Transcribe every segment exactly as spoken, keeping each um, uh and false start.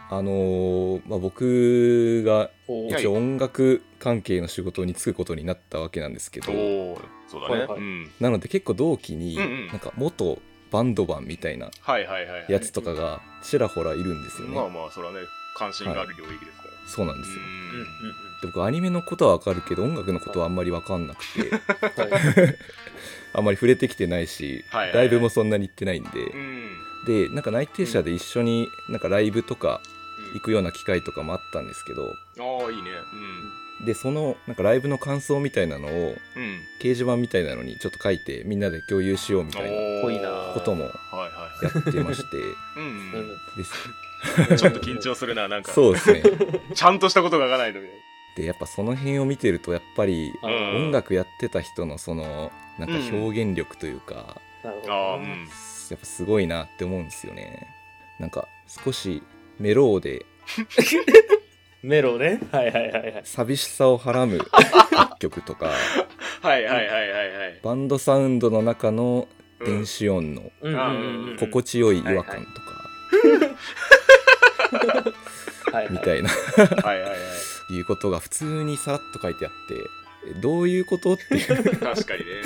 あのーまあ、僕が一応音楽関係の仕事に就くことになったわけなんですけど、 おそうだね、はいはい、 なので結構同期に、 うんうん、 なんか元バンドマンみたいなやつとかがちらほらいるんですよね。 まあまあそれはね関心がある領域ですから、はい、 そうなんですよ。で僕アニメのことはわかるけど音楽のことはあんまりわかんなくて、はい、あんまり触れてきてないし、はいはいはい、ライブもそんなに行ってないんで、うん、でなんか内定者で一緒になんかライブとか行くような機会とかもあったんですけど、うん、 ああいいね、 うん、でそのなんかライブの感想みたいなのを、うん、掲示板みたいなのにちょっと書いてみんなで共有しようみたいなこともやってましてですちょっと緊張するな、なんかそうですねちゃんとしたことが書かないとみたいな。 でやっぱその辺を見てるとやっぱり音楽やってた人のそのなんか表現力というか、うん、あやっぱすごいなって思うんですよね。なんか少しメローでメロね、はいはいはいはい、 寂しさをはらむ楽曲とかはいはいはいはいはい、 バンドサウンドの中の電子音の心地よい違和感とかみたいなはいはいはいいうことが普通にさらっと書いてあってどういうことっていう確かにね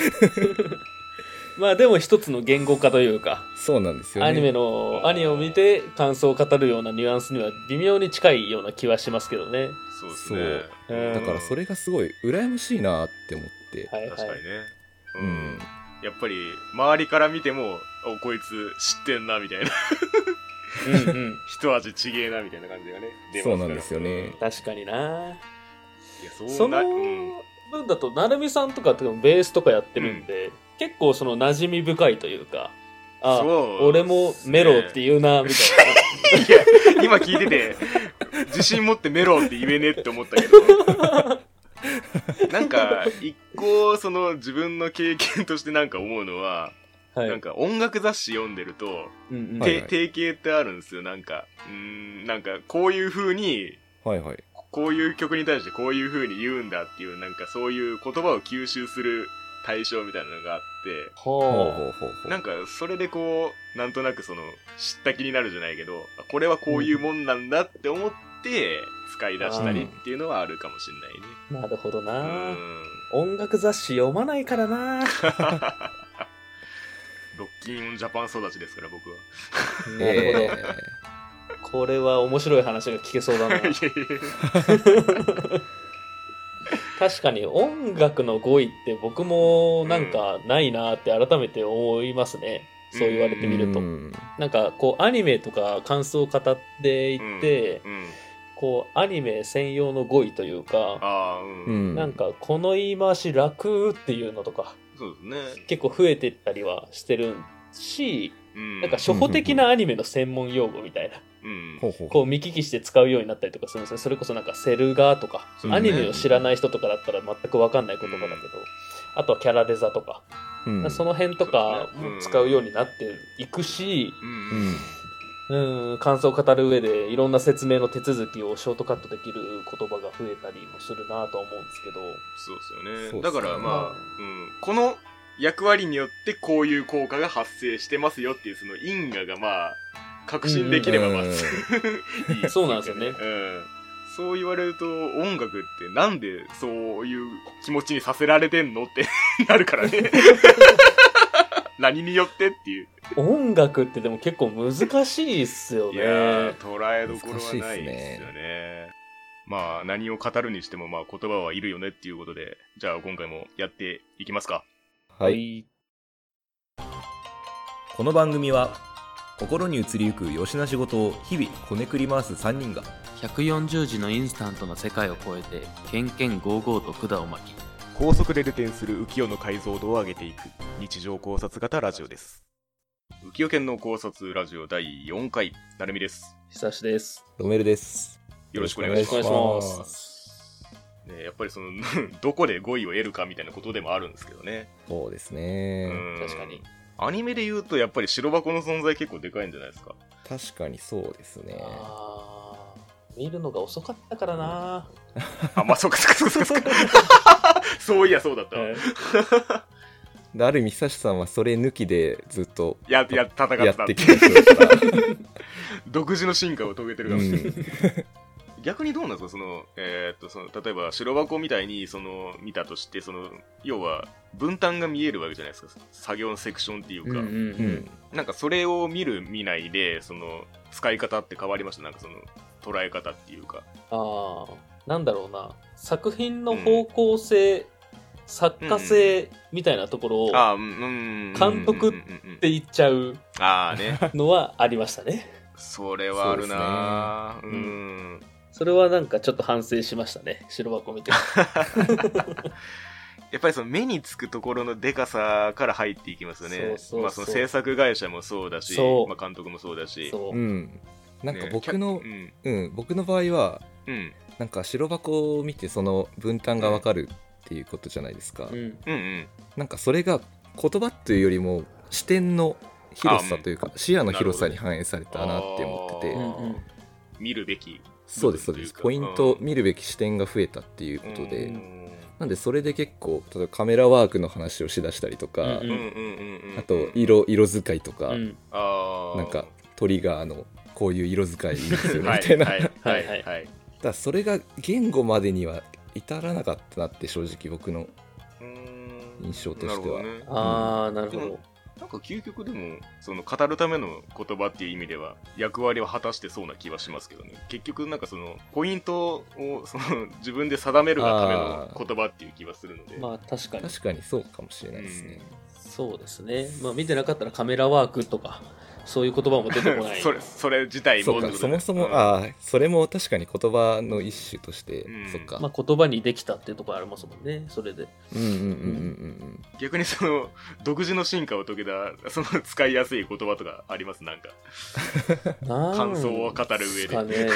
まあでも一つの言語化というか、 そうなんですよね。 アニメのアニメを見て感想を語るようなニュアンスには微妙に近いような気はしますけどね。 そうですね。 そうだからそれがすごい羨ましいなって思って、 はいはい、 確かにね、うん、やっぱり周りから見てもおこいつ知ってんなみたいなうん、うん、一味ちげえなみたいな感じがね出ますから。そうなんですよね。 確かにな。いやそうその分だとなるみさんとかってベースとかやってるんで、うん、結構その馴染み深いというか、あ、俺もメロって言うなみたいな。いや今聞いてて自信持ってメロって言えねえって思ったけどなんか一個その自分の経験としてなんか思うのは、はい、なんか音楽雑誌読んでると、うんうん、定型ってあるんですよ。なんかうーんなんかこういう風に、はいはい、こういう曲に対してこういう風に言うんだっていうなんかそういう言葉を吸収する対象みたいなのがあって、はあ、なんかそれでこうなんとなくその知った気になるじゃないけど、これはこういうもんなんだって思って使い出したりっていうのはあるかもしれないね。 うん、なるほどな。音楽雑誌読まないからな。 ロッキンジャパン育ちですから僕は。 なるほど。えー、これは面白い話が聞けそうだな。確かに音楽の語彙って僕もなんかないなって改めて思いますね、うん、そう言われてみると、うん、なんかこうアニメとか感想を語っていって、うんうん、こうアニメ専用の語彙というか、あ、うん、なんかこの言い回し楽っていうのとか、 そうですね、 結構増えてったりはしてるし、うん、なんか初歩的なアニメの専門用語みたいな、うん、こう見聞きして使うようになったりとかするんですね。それこそなんかセルガーとか、ね、アニメを知らない人とかだったら全く分かんない言葉だけど、うん、あとはキャラデザとか、うん、その辺とかも使うようになっていくし、うんうん、感想を語る上でいろんな説明の手続きをショートカットできる言葉が増えたりもするなとは思うんですけど。 そうですよね。だからまあ、うん、この役割によってこういう効果が発生してますよっていうその因果がまあ確信できればまず、 うん、いいそうなんですよね、 うん、そう言われると音楽ってなんでそういう気持ちにさせられてんのってなるからね何によってっていう。 音楽ってでも結構難しいっすよね。 いや捉えどころはないですよね。ね、まあ何を語るにしてもまあ言葉はいるよねっていうことで、じゃあ今回もやっていきますか。 はい。この番組は心に移りゆく吉な仕事を日々こねくり回すさんにんがひゃくよんじゅうじのインスタントの世界を超えてケンケンゴーゴーと管を巻き高速で流転する浮世の解像度を上げていく日常考察型ラジオです。浮世研の考察ラジオだいよんかい、なるみです。 久しです。 ロメルです。 よろしくお願いします。ね、やっぱりそのどこで語彙を得るかみたいなことでもあるんですけどね。 そうですね。 確かに。 アニメで言うとやっぱり白箱の存在結構でかいんじゃないですか。 確かにそうですね。 あ見るのが遅かったからな。 あ、まあそうかそうかそうかそうかそういやそうだった、はいである意味久志さんはそれ抜きでずっとやや戦ってたやってきた人ですから独自の進化を遂げてるかもしれない、うん、逆にどうなんですかその、えー、っとその例えば白箱みたいにその見たとしてその要は分担が見えるわけじゃないですか作業のセクションっていうか、うんうんうん、なんかそれを見る見ないでその使い方って変わりましたなんかその捉え方っていうかああなんだろうな作品の方向性、うん、作家性みたいなところを監督って言っちゃうのはありましたね。 それはあるな、ね、うん、うん、 それはなんかちょっと反省しましたね白箱見てやっぱりその目につくところのでかさから入っていきますよね。そうそうそう、まあ、その制作会社もそうだし、まあ、監督もそうだしそう、うん、なんか僕の、ねうんうん、僕の場合は、うん、なんか白箱を見てその分担が分かるっていうことじゃないですか、うんうんうん、なんかそれが言葉というよりも視点の広さというか、うん、視野の広さに反映されたなって思ってて、うんうん、 見るべきそうですそうですポイント、うん、見るべき視点が増えたっていうことで、うん、なんでそれで結構例えばカメラワークの話をしだしたりとか、うんうん、あと 色, 色使いとか、うん、なんかトリガーのこういう色使いいいですよねみたいなだからそれが言語までには至らなかったなって正直僕の印象としては、 ね、ああなるほど。 なんか究極でもその語るための言葉っていう意味では役割を果たしてそうな気はしますけどね。結局なんかそのポイントをその自分で定めるがための言葉っていう気はするので、 まあ確かに確かにそうかもしれないですね、 うん、そうですね。まあ見てなかったらカメラワークとかそういう言葉も出てこないそれそれ自体もそうかそもそも、うん、あそれも確かに言葉の一種として、うん、そっか、 まあ、言葉にできたっていうところありますもんねそれで、 うんうんうんうんうん、 逆にその独自の進化を遂げたその使いやすい言葉とかありますなんか感想を語る上でか、ね、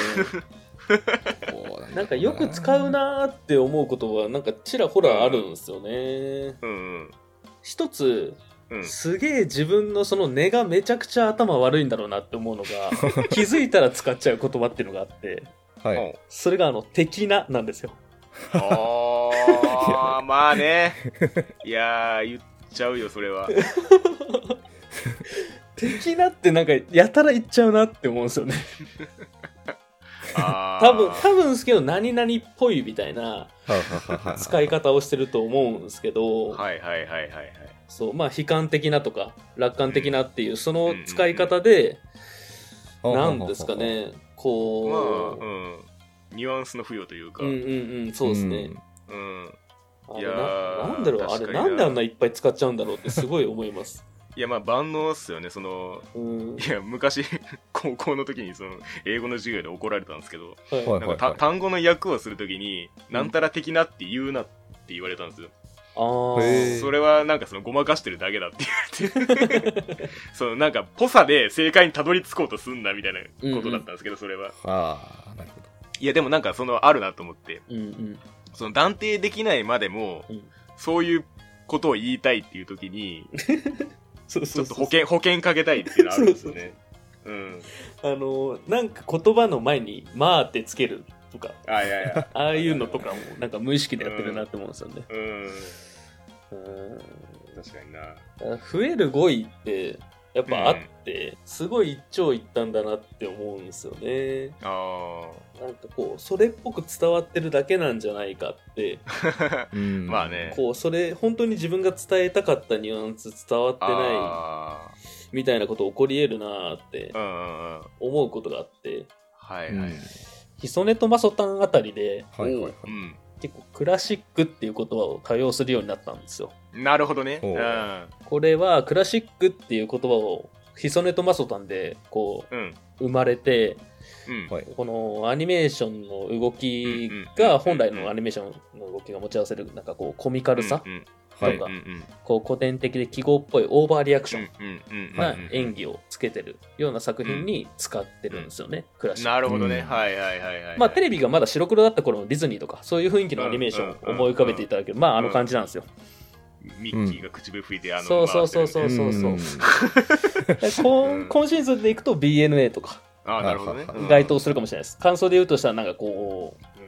なんかよく使うなーって思うことはなんかちらほらあるんですよね、うんうん、一つうん、すげえ自分のその根がめちゃくちゃ頭悪いんだろうなって思うのが気づいたら使っちゃう言葉っていうのがあって、はい、それがあの的ななんですよ。 あまあねいやー言っちゃうよそれは的なってなんかやたら言っちゃうなって思うんですよねあ多分多分ですけど何々っぽいみたいな使い方をしてると思うんですけどはいはいはいはいはいそうまあ悲観的なとか楽観的なっていう、うん、その使い方で、うんうんうん、なんですかねこう、まあうん、 ニュアンスの付与というかうんうんうんそうですね、うん、あれいやななんだろうあれなんであんないっぱい使っちゃうんだろうってすごい思いますいやまあ万能っすよねその、うん、いや昔高校の時にその英語の授業で怒られたんですけど、はい、なんか単語の訳をする時に、うん、なんたら的なって言うなって言われたんですよ。あそれはなんかそのごまかしてるだけだって言われてそのなんかぽさで正解にたどり着こうとすんなみたいなことだったんですけど、うんうん、それはああなるほど。いやでもなんかそのあるなと思って、うんうん、その断定できないまでも、うん、そういうことを言いたいっていう時にそうそうそうそうちょっと保険保険かけたいっていうのあるんですよね。うん、 あのなんか言葉の前に「まあ」ってつけるとか あ, いやいやああいうのとかもなんか無意識でやってるなって思うんですよね。うん、うんうん確かにな。 増える語彙ってやっぱあって、うん、すごい一長一短だなって思うんですよね。あなんかこうそれっぽく伝わってるだけなんじゃないかってまあねこうそれ本当に自分が伝えたかったニュアンス伝わってないみたいなこと起こり得るなって思うことがあって、はいはい、ヒソネとマソタンあたりで、はいはいはい、結構クラシックっていう言葉を多用するようになったんですよ。 なるほどね、 うん、これはクラシックっていう言葉をヒソネとマソタンでこう、うん、生まれて、うん、このアニメーションの動きが本来のアニメーションの動きが持ち合わせるなんかこうコミカルさとか、はい、こう古典的で記号っぽいオーバーリアクションな演技をつけてるような作品に使ってるんですよね、クラシック。 なるほどね、はいはいはいはい。 まあテレビがまだ白黒だった頃のディズニーとかそういう雰囲気のアニメーションを思い浮かべていただける、まああの感じなんですよ。 ミッキーが口笛吹いて、うん、あのそうそうそうそうそうそう、うん、今, 今シーズンでいくと ビーエヌエー とかあなるほど、ね、 該当するかもしれないです。感想で言うとしたらなんかこう、うん、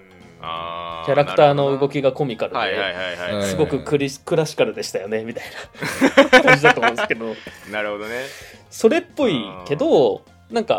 あキャラクターの動きがコミカルですごくクリクラシカルでしたよねみたいな感じだと思うんですけどなるほどね。 それっぽいけどなんか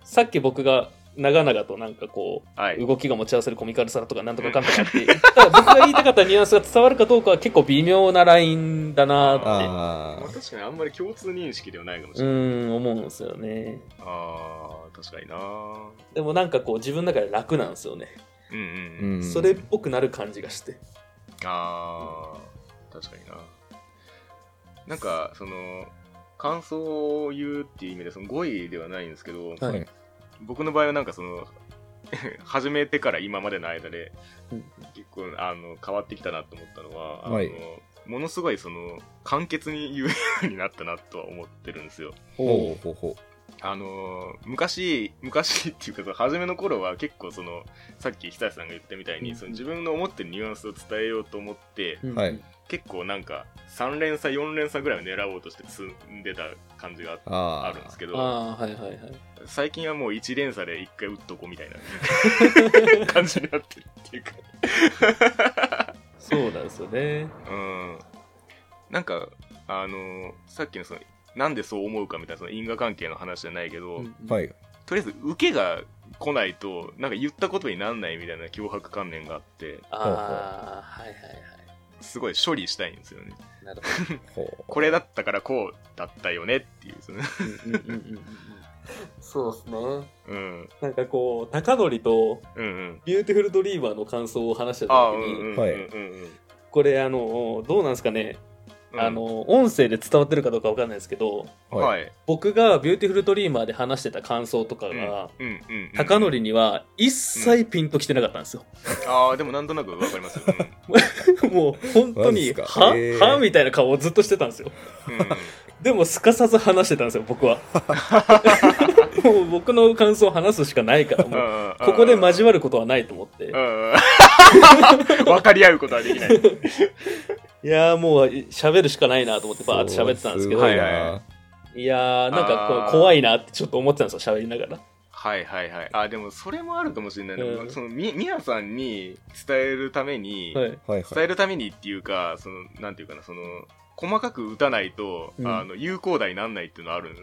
さっき僕が長々となんかこう、はい、動きが持ち合わせるコミカルさとかなんとかかんとかって言ったら僕が言いたかったニュアンスが伝わるかどうかは結構微妙なラインだなって。 ああ、確かにあんまり共通認識ではないかもしれない。 うん思うんですよね。 ああ確かにな。 でもなんかこう自分の中で楽なんですよね。うんうんうん。それっぽくなる感じがして。 ああ確かにな。なんかその感想を言うっていう意味でその語彙ではないんですけど、はい、僕の場合はなんかその始めてから今までの間で結構あの変わってきたなと思ったのは、はい、あのものすごいその簡潔に言うようになったなとは思ってるんですよ。ほうほうほう。あの昔昔っていうか初めの頃は結構そのさっき久石さんが言ったみたいに、うん、その自分の思ってるニュアンスを伝えようと思って、うん、結構なんかさん連鎖よん連鎖ぐらいを狙おうとして積んでた感じが あ, あるんですけど、あ、はいはいはい、最近はもういち連鎖でいっかい打っとこうみたいな感じになってるっていうかそうなんですよね。 うん、なんかあのさっきのそのなんでそう思うかみたいなその因果関係の話じゃないけど、うんはい、とりあえず受けが来ないとなんか言ったことになんないみたいな脅迫観念があって、ああはいはいはい、すごい処理したいんですよね。なるほどこれだったからこうだったよねっていうそのそうですね、うん、なんかこう高則とビューティフルドリーマーの感想を話した時にこれあのどうなんですかね、あの音声で伝わってるかどうかわかんないですけど、はい、僕がビューティフルドリーマーで話してた感想とかが高則には一切ピンときてなかったんですよ、 うん、ああでもなんとなくわかりますよ、 うん、もう本当にははみたいな顔をずっとしてたんですよ、うん、でもすかさず話してたんですよ僕はもう僕の感想を話すしかないからもうここで交わることはないと思って分かり合うことはできないいやーもう喋るしかないなと思ってバーって喋ってたんですけど、はいはい、いやーなんかこ怖いなってちょっと思ってたんですよ喋りながら。 はいはいはい。あでもそれもあるかもしれないね、うん、そのみ宮さんに伝えるために、はい、伝えるためにっていうかそのなんていうかなその細かく打たないと、うん、あの有効打になんないっていうのはあるん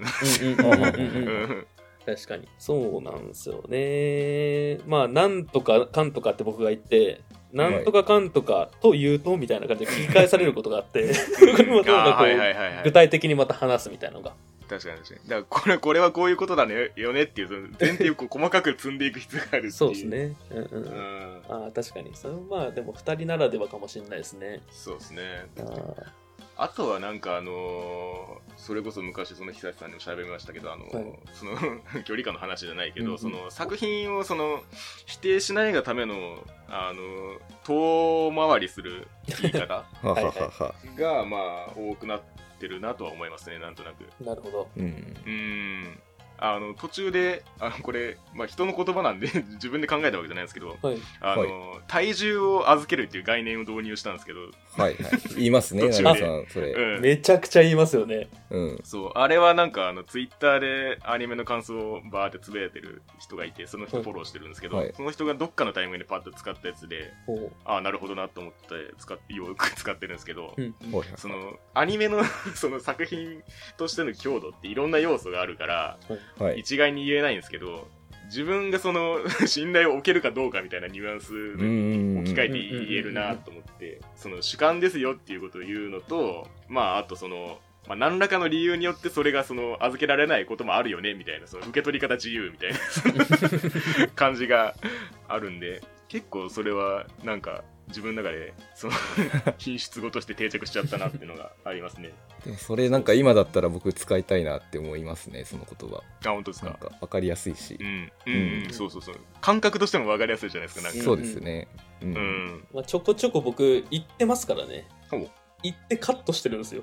確かにそうなんですよね。まあなんとかかんとかって僕が言ってなんとかかんとかと言うとみたいな感じで聞き返されることがあってこれもどうかこう具体的にまた話すみたいなのが確かに確かにだからこれこれはこういうことだねよねっていうその前提をこう細かく積んでいく必要があるっていうそうですね、うんうんうん、あ確かにそれはまあでもふたりならではかもしれないですね。 そうですね。ああとはなんかあのー、それこそ昔その久石さんにも喋りましたけどあのーはい、その距離感の話じゃないけど、うんうん、その作品をその否定しないがためのあのー、遠回りする言い方がまあ多くなってるなとは思いますねなんとなく。 なるほど。うん。 うんあの途中であのこれ、まあ、人の言葉なんで自分で考えたわけじゃないですけど、はい、あの、はい、体重を預けるっていう概念を導入したんですけど、 はいはい、言いますね、成美さんそれ、 うん、めちゃくちゃ言いますよね。 うん、そうあれはなんかあのツイッターでアニメの感想をバーってつぶやいてる人がいてその人フォローしてるんですけど、はい、その人がどっかのタイミングでパッと使ったやつで、はい、ああなるほどなと思って使ってよく使ってるんですけど、うん、そのアニメのその作品としての強度っていろんな要素があるから、はい、一概に言えないんですけど自分がその信頼を置けるかどうかみたいなニュアンスに置き換えて言えるなと思ってその主観ですよっていうことを言うのとまああとそのまあ、何らかの理由によってそれがその預けられないこともあるよねみたいなその受け取り方自由みたいな感じがあるんで結構それはなんか自分の中でその品質語として定着しちゃったなっていうのがありますね。 でもそれなんか今だったら僕使いたいなって思いますねその言葉。 あ本当ですか。 なんか分かりやすいし、 うんうんうんうん、そうそうそう感覚としても分かりやすいじゃないですか。なんかそうですね、 うんうんまあ、ちょこちょこ僕言ってますからね。言ってカットしてるんですよ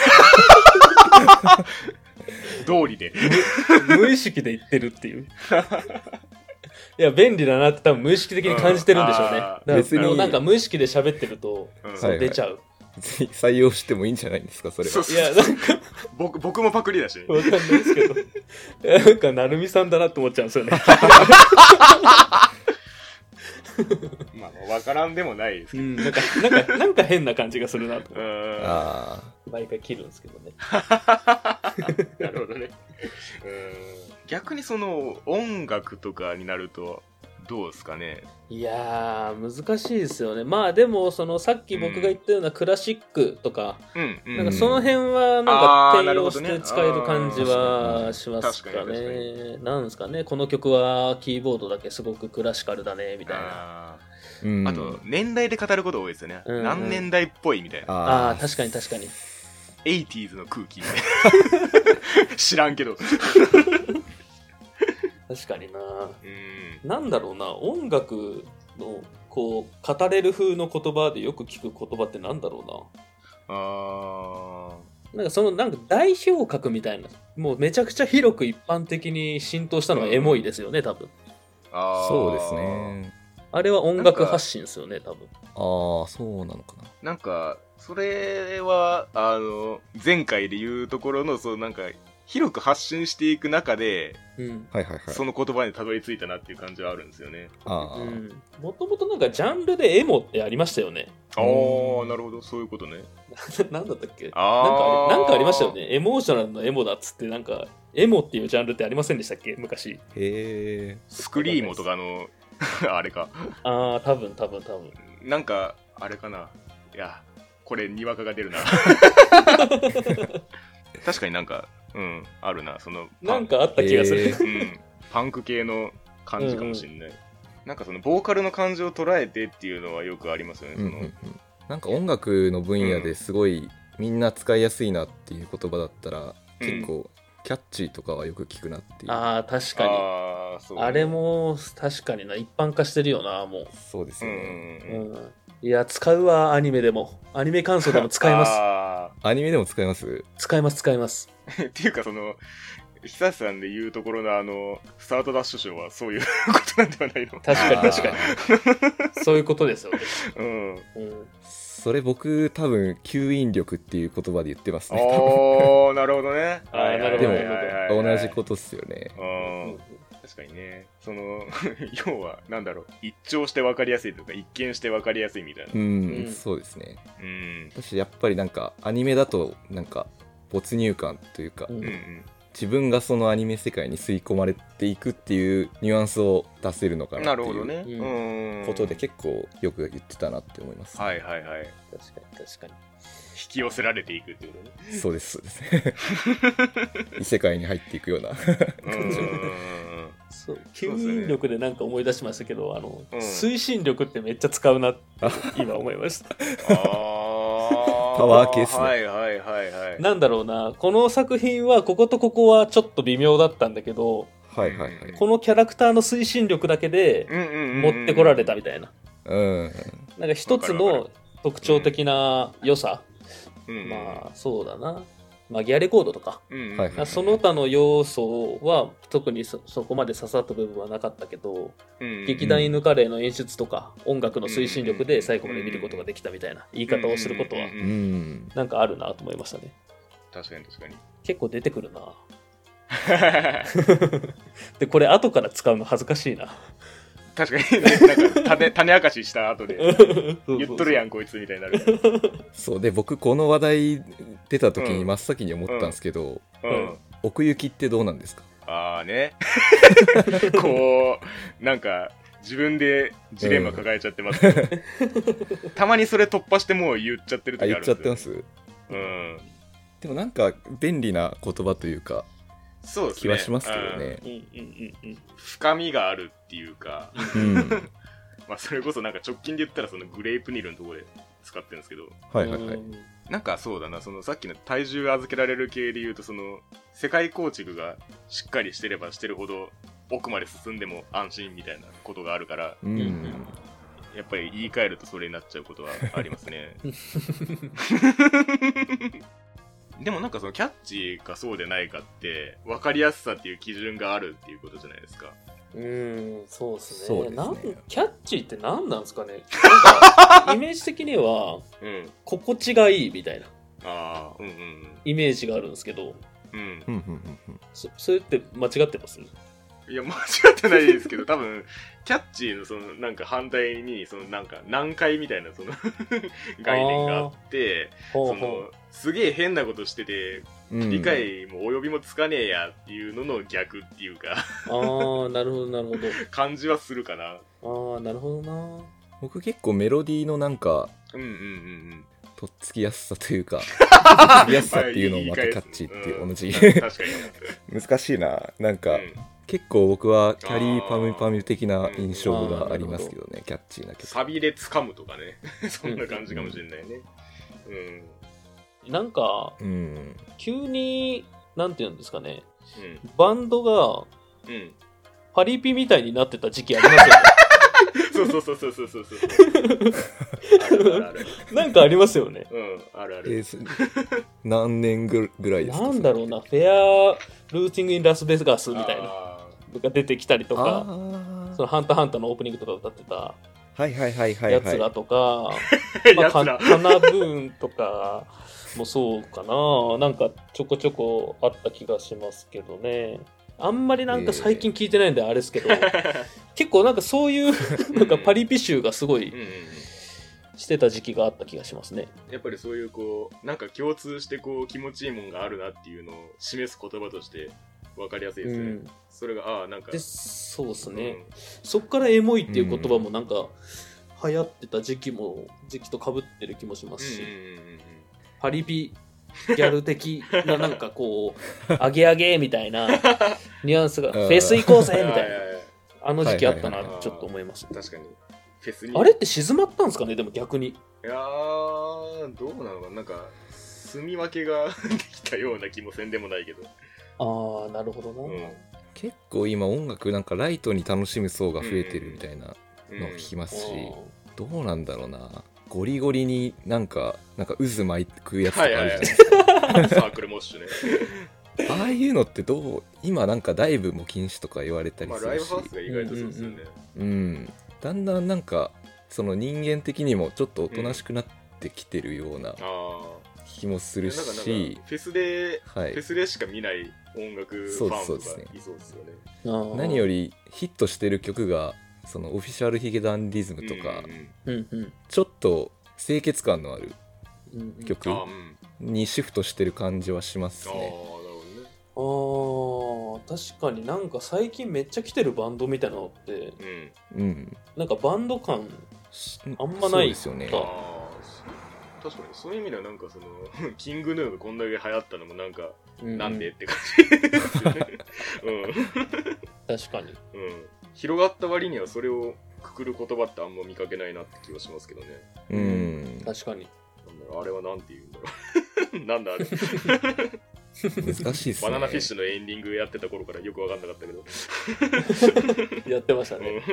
道理で無, 無意識で言ってるっていういや便利だなって多分無意識的に感じてるんでしょうね。だから別になんか無意識で喋ってると、うん、そう出ちゃう、はいはい別に採用してもいいんじゃないんですかそれは。 そうそうそういやなんか僕僕もパクリだし、ね、 わかんないですけどなんか成美さんだなって思っちゃうんですよねまあ分からんでもないですけど、うん、 なんかなんかなんか変な感じがするなと思ってあ毎回切るんですけどねなるほどね。うん逆にその音楽とかになるとどうですかね。 いやー難しいですよね。まあでもそのさっき僕が言ったようなクラシックとか、うんうん、なんかその辺はなんか転用して使える感じはしますかね。なんですかね、この曲はキーボードだけすごくクラシカルだねみたいな。 あ, うん、あと年代で語ること多いですよね、うんうん、何年代っぽいみたいな。 ああ確かに確かにエイティーズの空気みたいな知らんけど確かにな、うん、なんだろうな、音楽のこう語れる風の言葉でよく聞く言葉ってなんだろうな。あなんかそのなんか代表格みたいな、もうめちゃくちゃ広く一般的に浸透したのはエモいですよね、多分。 あそうですね。 あれは音楽発信ですよね、多分。 ああそうなのかな。 なんかそれはあの前回で言うところのそうなんか広く発信していく中で、うん、その言葉にたどり着いたなっていう感じはあるんですよね。 あ、うん、もともとなんかジャンルでエモってありましたよね。 ああなるほど、そういうことね。 なんだったっけ、あなんかなんかありましたよね。エモーショナルのエモだっつって、なんかエモっていうジャンルってありませんでしたっけ昔。へえ。スクリーモとかのあれか。 ああ多分多分多分なんかあれかな。いやこれにわかが出るな確かになんかうんあるな、そのなんかあった気がする、 うん、パンク系の感じかもしれない、うんうん、なんかそのボーカルの感じを捉えてっていうのはよくありますよね、その、うんうんうん、 なんか音楽の分野ですごいみんな使いやすいなっていう言葉だったら、うん、結構キャッチーとかはよく聞くなっていう。 ああ確かに あ, そう、ね、あれも確かにな、一般化してるよなもう。 そうですよね、 うんうん、いや使うわ、アニメでもアニメ感想でも使いますあアニメでも使います使います使いますっていうかその久さんで言うところのあのスタートダッシュ賞はそういうことなんではないの。 確かに確かにそういうことですよね、うん、 うん、それ僕多分吸引力っていう言葉で言ってますね。 ああなるほどね。 あなるほど。 でも同じことっすよね。 うん確かにね、その要はなんだろう、一聴して分かりやすいとか一見して分かりやすいみたいな。 うん、うん、そうですね。うん、私やっぱりなんかアニメだとなんか没入感というか、うんうん、自分がそのアニメ世界に吸い込まれていくっていうニュアンスを出せるのかなっていうことで結構よく言ってたなって思います、 ね、はいはいはい。 確かに確かに引き寄せられていくってことね。 そうですそうですね異世界に入っていくような感じのそう吸引力でなんか思い出しましたけど、あの、うん、推進力ってめっちゃ使うなって今思いましたあパワー系っすね。 はいはいはいはい。 なんだろうな、この作品はこことここはちょっと微妙だったんだけど、 はいはいはい、 このキャラクターの推進力だけで持ってこられたみたいな、うん、なんか一つの特徴的な良さ、うん、まあそうだな、マギアレコードとか、うんうん、その他の要素は特に そ, そこまで刺さった部分はなかったけど、うん、劇団犬カレーの演出とか音楽の推進力で最後まで見ることができたみたいな言い方をすることはなんかあるなと思いましたね。 確かに確かに結構出てくるなでこれ後から使うの恥ずかしいな。 確かに、ね、なんか 種, 種明かしした後で言っとるやんこいつみたいになる。 そうで僕この話題出た時に真っ先に思ったんですけど、うんうん、奥行きってどうなんですか？ ああねこうなんか自分でジレンマ抱えちゃってますけど、うん、たまにそれ突破してもう言っちゃってる時あるんですよ。 あ言っちゃってます、うん、でもなんか便利な言葉というかそうですね、 気はしますけどね。 深みがあるっていうか、うん、まあそれこそなんか直近で言ったらそのグレープニルのところで使ってるんですけど、 はいはいはい、 なんかそうだな、そのさっきの体重預けられる系で言うと、その世界構築がしっかりしてればしてるほど奥まで進んでも安心みたいなことがあるから、うん、やっぱり言い換えるとそれになっちゃうことはありますね。でもなんかそのキャッチかそうでないかって分かりやすさっていう基準があるっていうことじゃないですか。 うーんそうですね。そうですね。なんキャッチって何なんですかね。なんかイメージ的には、うん、心地がいいみたいなあ、うんうんうん、イメージがあるんですけど、うん、そ, それって間違ってます？ いや間違ってないですけど多分キャッチーのそのなんか反対にそのなんか難解みたいなその概念があって、そのすげえ変なことしててうん、理解も及びもつかねえやっていうのの逆っていうかああなるほどなるほど感じはするかな。 ああなるほどな。 僕結構メロディーのなんかうんうんうんうんとっつきやすさというかとっつきやすさっていうのもまたキャッチーっていう同じ、うん、確かに難しいな。なんか、うん、結構僕はキャリーパムパム的な印象がありますけどね、うん、キャッチーな曲。 サビで掴むとかねそんな感じかもしれないね。うん、 うん、なんか、うん、急になんていうんですかね、うん、バンドが、うん、パリピみたいになってた時期ありますよねそうそうそうそうそうそうそうあるあるあるなんかありますよね。 うんあるある、 えー、何年ぐらいですか。 なんだろうな、フェアルーティングインラスベガスみたいなのが出てきたりとか、そのハンターハンターのオープニングとか歌ってたはいはいはいはい、 やつらとか、まあ、カナブーンとかもそうかな、なんかちょこちょこあった気がしますけどね。あんまりなんか最近聞いてないんであれですけど、えー、結構なんかそういうなんかパリピ集がすごいしてた時期があった気がしますね。 やっぱりそういうこうなんか共通してこう気持ちいいもんがあるなっていうのを示す言葉として分かりやすいですね、うん、それがああなんかでそうですね、うん、そっからエモいっていう言葉もなんか流行ってた時期も時期と被ってる気もしますし、うんうんうんうん、パリピギャル的ななんかこうアゲアゲみたいなニュアンスがフェス行こうぜみたいなあの時期あったなちょっと思います。 確かにフェスにあれって静まったんですかね。でも逆にいやーどうなのかなんか住み分けができたような気もせんでもないけど。 ああなるほどな、うん、 結構今音楽なんかライトに楽しむ層が増えてるみたいなのを聞きますし、うんうん、どうなんだろうな、ゴリゴリになんかなんか渦巻くやつとかあるじゃないですか、はいはいはい、 サークルモッシュねああいうのってどう今なんかダイブも禁止とか言われたりするし、まあ、ライブハウスが意外とそうですよね、うん、うん、だんだんなんかその人間的にもちょっとおとなしくなってきてるような気もするし、うん、なんかなんかフェスで、はい、フェスでしか見ない音楽ファンがいそうですよね。 何よりヒットしてる曲がそのオフィシャルヒゲダンディズムとか、うんうん、ちょっと清潔感のある曲にシフトしてる感じはしますね。 あー確かになんか最近めっちゃ来てるバンドみたいなのって、うん、なんかバンド感あんまないですよね。あ確かにそういう意味ではなんかそのキングヌーがこんだけ流行ったのもなんか、うん、なんでって感じですよね、うん、 確かに、 うん、広がった割にはそれをくくる言葉ってあんま見かけないなって気はしますけどね。 うん、確かに。 なんだろうあれはなんて言うんだろうなんだあれ難しいっすね。 バナナフィッシュのエンディングやってた頃からよく分かんなかったけどやってましたね、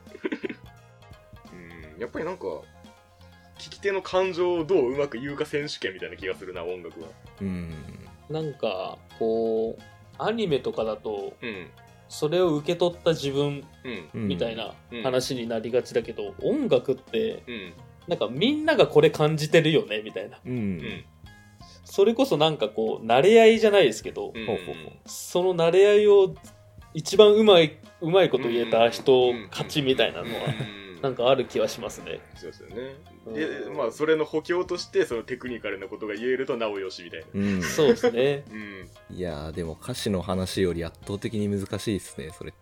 うん、やっぱりなんか聞き手の感情をどううまく言うか選手権みたいな気がするな音楽は。 うんなんかこうアニメとかだと、うん、それを受け取った自分みたいな話になりがちだけど、うん、音楽って、うん、なんかみんながこれ感じてるよねみたいな、うん、それこそなんかこう慣れ合いじゃないですけど、うん、その慣れ合いを一番うまいうまいこと言えた人勝ちみたいなのはなんかある気はしますね。 そうですよね。で、まあそれの補強としてそのテクニカルなことが言えるとなおよしみたいな。 うん、そうですね。 うん、いやーでも歌詞の話より圧倒的に難しいですねそれって。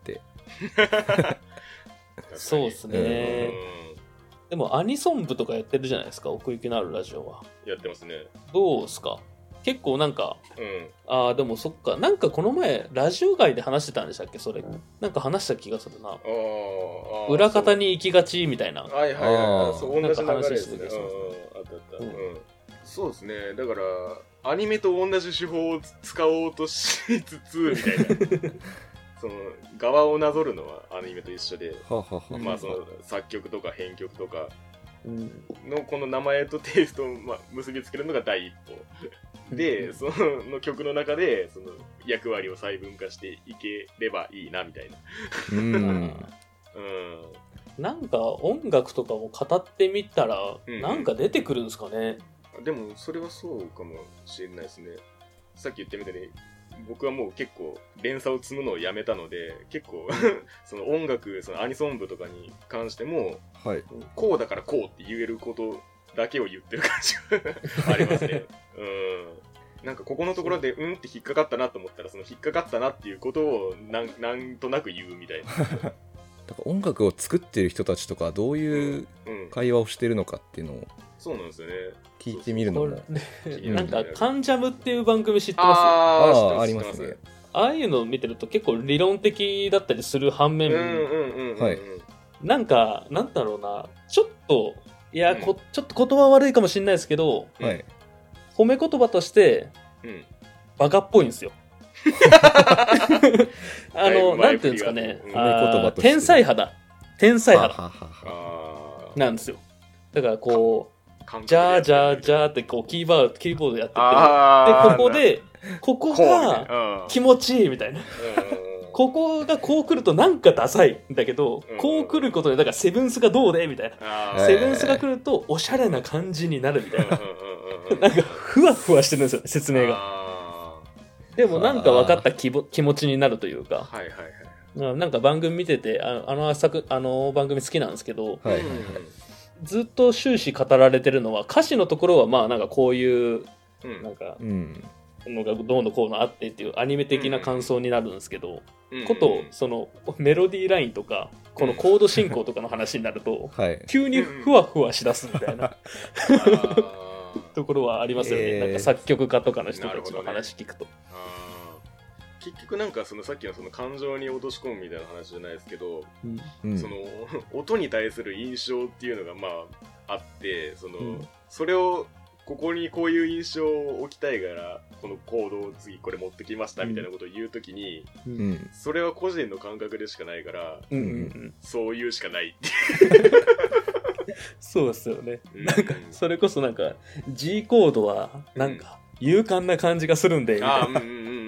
そうですね。でもアニソン部とかやってるじゃないですか奥行きのあるラジオは。 やってますね。 どうですか。結構なんか、うん、ああでもそっかなんかこの前ラジオ外で話してたんでしたっけそれ、うん、なんか話した気がするな。ああ裏方に行きがちみたいな。 はいはいはい。そう同じ流れですね。あったあった、うんうん、そうですね。だからアニメと同じ手法を使おうとしつつみたいなその側をなぞるのはアニメと一緒ではははまあその作曲とか編曲とかのこの名前とテイストをまあ結びつけるのが第一歩で、その曲の中でその役割を細分化していければいいなみたいな。うん、うん、 なんか音楽とかも語ってみたら、うん、なんか出てくるんですかね。 でもそれはそうかもしれないですね。さっき言ったみたいに僕はもう結構連鎖を積むのをやめたので結構その音楽そのアニソン部とかに関しても、はい、こうだからこうって言えることだけを言ってる感じがありますね。うんなんかここのところでうんって引っかかったなと思ったらその引っかかったなっていうことをなんなんとなく言うみたいなだから音楽を作ってる人たちとかどういう会話をしてるのかっていうのをそうなんですよね聞いてみるのもなんかカンジャムっていう番組知ってます？ ああありますね。 ああいうのを見てると結構理論的だったりする反面なんかなんだろうなちょっといや、うん、こちょっと言葉悪いかもしれないですけど、はい、褒め言葉として、うん、バカっぽいんですよあのなんていうんですかね、うん、あ天才派だ天才派だなんですよ。だからこうジャージャージャーってこうキーバーキーボードやっててでここでここが気持ちいいみたいなここがこう来るとなんかダサいんだけど、うん、こう来ることでだからセブンスがどうでみたいなセブンスが来るとおしゃれな感じになるみたいななんかふわふわしてるんですよ説明が。でもなんか分かった気ぼ気持ちになるというか、はいはいはい、なんか番組見ててあのあの作あの番組好きなんですけど、はいはいはい、ずっと終始語られてるのは歌詞のところはまあなんかこういう、うん、なんか、うんのがどうのこうのあってっていうアニメ的な感想になるんですけど、うん、ことそのメロディーラインとかこのコード進行とかの話になると、うん、急にふわふわしだすみたいな、うん、ところはありますよね、えー、なんか作曲家とかの人たちの話聞くと、ね、 あ結局なんかそのさっきのその感情に落とし込むみたいな話じゃないですけど、うん、その音に対する印象っていうのがまああってその、うん、それをここにこういう印象を置きたいからこのコードを次これ持ってきましたみたいなことを言うときに、うん、それは個人の感覚でしかないから、うんうんうん、そう言うしかないっていうそうですよね、うん、なんかそれこそなんか G コードはなんか勇敢な感じがするんでみたいな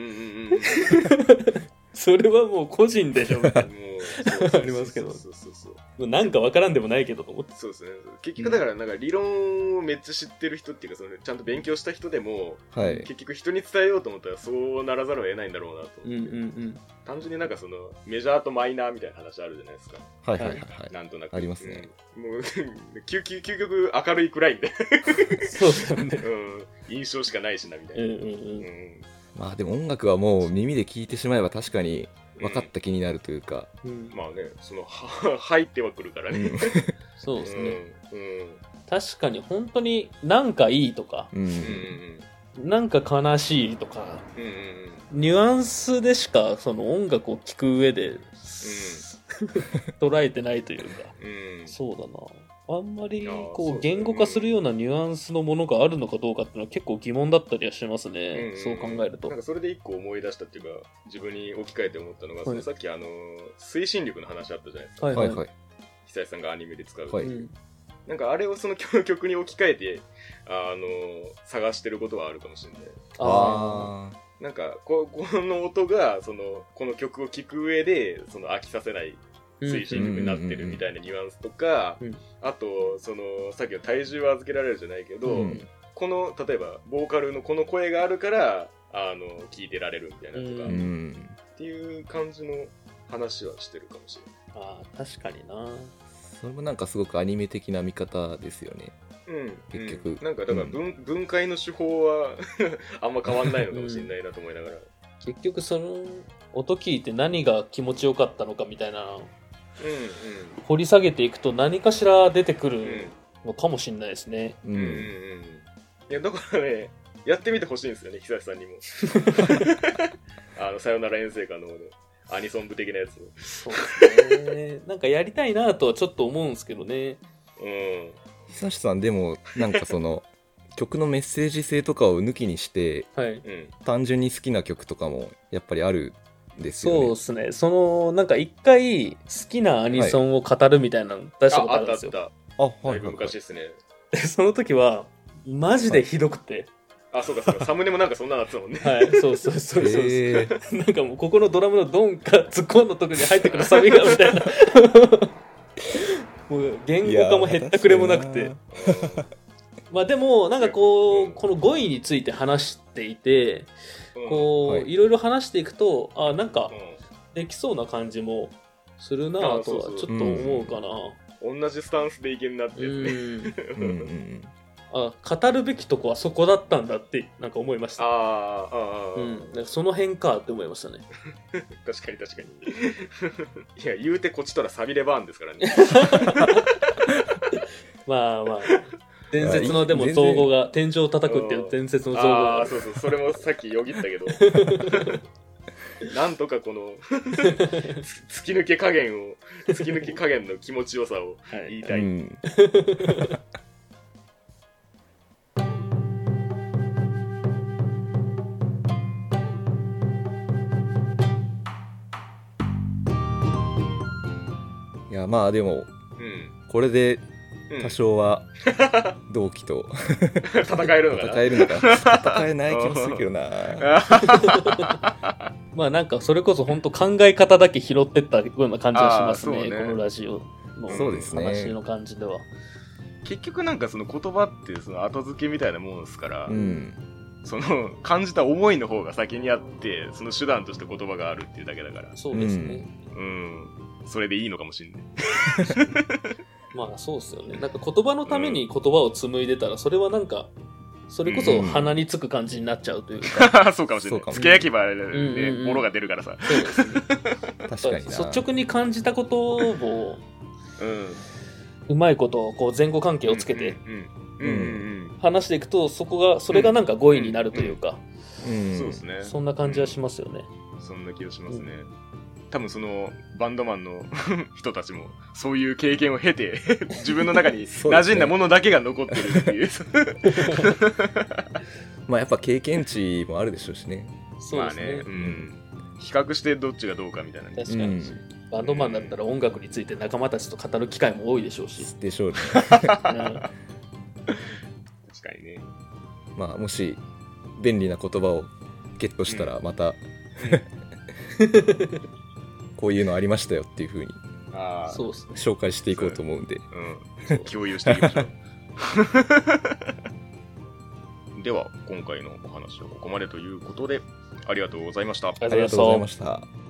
それはもう個人でしょみたいなありますけどなんか分からんでもないけどと思ってそうですね結局だからなんか理論をめっちゃ知ってる人っていうかそのちゃんと勉強した人でも、はい、結局人に伝えようと思ったらそうならざるを得ないんだろうなと思って、うんうんうん、単純になんかそのメジャーとマイナーみたいな話あるじゃないですかはいはいはい、はい、なんとなくありますね、 うん、もう究極明るい暗いんでそうですよね、 うん、印象しかないしなみたいな、うんうんうんうん、 まあでも音楽はもう耳で聞いてしまえば確かに分かった気になるというか、 うん、まあねそのは入ってはくるからね、うん、 そうですね、うんうん、確かに本当になんかいいとか、うんうん、なんか悲しいとか、うんうん、ニュアンスでしかその音楽を聴く上で、うん、捉えてないというか、うん、そうだなあんまりこう言語化するようなニュアンスのものがあるのかどうかっていうのは結構疑問だったりはしますね、うん、そう考えるとなんかそれで一個思い出したっていうか自分に置き換えて思ったのが、はい、そのさっきあの推進力の話あったじゃないですか、はいはい、久石さんがアニメで使う、はい、なんかあれをその曲に置き換えてあの探してることはあるかもしれない。ああなんか こ, この音がそのこの曲を聴く上でその飽きさせない推進力になってるみたいなニュアンスとか、うんうんうん、あとそのさっきの体重を預けられるじゃないけど、うん、この例えばボーカルのこの声があるからあの聞いてられるみたいなとか、うん、っていう感じの話はしてるかもしれない。 ああ確かになそれもなんかすごくアニメ的な見方ですよね。うん、結局、 うん、なんかだから 分,、うん、分解の手法はあんま変わんないのかもしれないなと思いながら、うん、 結局その音聞いて何が気持ちよかったのかみたいなうんうん、掘り下げていくと何かしら出てくるのかもしれないですね、うんうんうん、 いやだからねやってみてほしいんですよね久石さんにもあのさよなら遠征館の方でアニソン部的なやつをそうですねなんかやりたいなとはちょっと思うんですけどね、 うん、久石さんでもなんかその曲のメッセージ性とかを抜きにして、はい、単純に好きな曲とかもやっぱりあるですよね。 そうですね。そのなんか一回好きなアニソンを語るみたいなの出したことあるんですよ。 はい、あ, あったあった。あ、はい、はい、昔ですね。 その時はマジでひどくて。 はい、あ、そうかそうか。サムネもなんかそんなのあったもんね。 はい、そうそうそうそう。えー、なんかもうここのドラムのドンかツッコンのとこに入ってくるサビがみたいな。もう言語化もへったくれもなくて。まあでもなんかこうこの語彙について話していて。こう、はい、いろいろ話していくとあなんかできそうな感じもするなとはちょっと思うかな、 うん、同じスタンスでいけるなってやつね、 うんうん、 あ語るべきとこはそこだったんだってなんか思いました。 ああ、ああ、うん、なんかその辺かって思いましたね。 確かに確かに。いや言うてこっちとらサビレバーンですからね。まあまあ伝説のでも造語が天井を叩くっていう伝説の造語が、 あそうそうそれもさっきよぎったけど。なんとかこの突き抜け加減を突き抜け加減の気持ちよさを言いたい、はい、うん、 いやまあでも、うん、これで多少は同期と、 うん、戦えるのかな戦えるのか戦えない気もするけどな。 まあなんかそれこそ本当考え方だけ拾ってったような感じがしますね、ねこのラジオの話の感じでは。 結局なんかその言葉ってその後付けみたいなものですから、うん、その感じた思いの方が先にあってその手段として言葉があるっていうだけだから。 そうですね、 うん、うん、それでいいのかもしれない。 まあそうっすよね。なんか言葉のために言葉を紡いでたらそれはなんかそれこそ鼻につく感じになっちゃうというか、 うん、そうかもしれない。つけ焼き場で、ね、ボロが出るからさ。 そうですね。 確かにな。 率直に感じたことを、うん、うまいことこう前後関係をつけて話していくとそこがそれがなんか語彙になるというか、 うんうん、そうですね。 そんな感じはしますよね。 そんな気がしますね。うん多分そのバンドマンの人たちもそういう経験を経て自分の中に馴染んだものだけが残ってるっていう。 まあやっぱ経験値もあるでしょうしね。 そうですね。まあね、 うん、比較してどっちがどうかみたいな、ね。 確かに、うん、バンドマンだったら音楽について仲間たちと語る機会も多いでしょうし。 でしょうね。 確かにね。 まあもし便利な言葉をゲットしたらまた、うんこういうのありましたよっていう風にあそうです、ね、 紹介していこうと思うんで、 うん、共有していきましょう。では今回のお話はここまでということでありがとうございました。 ありがとうございました。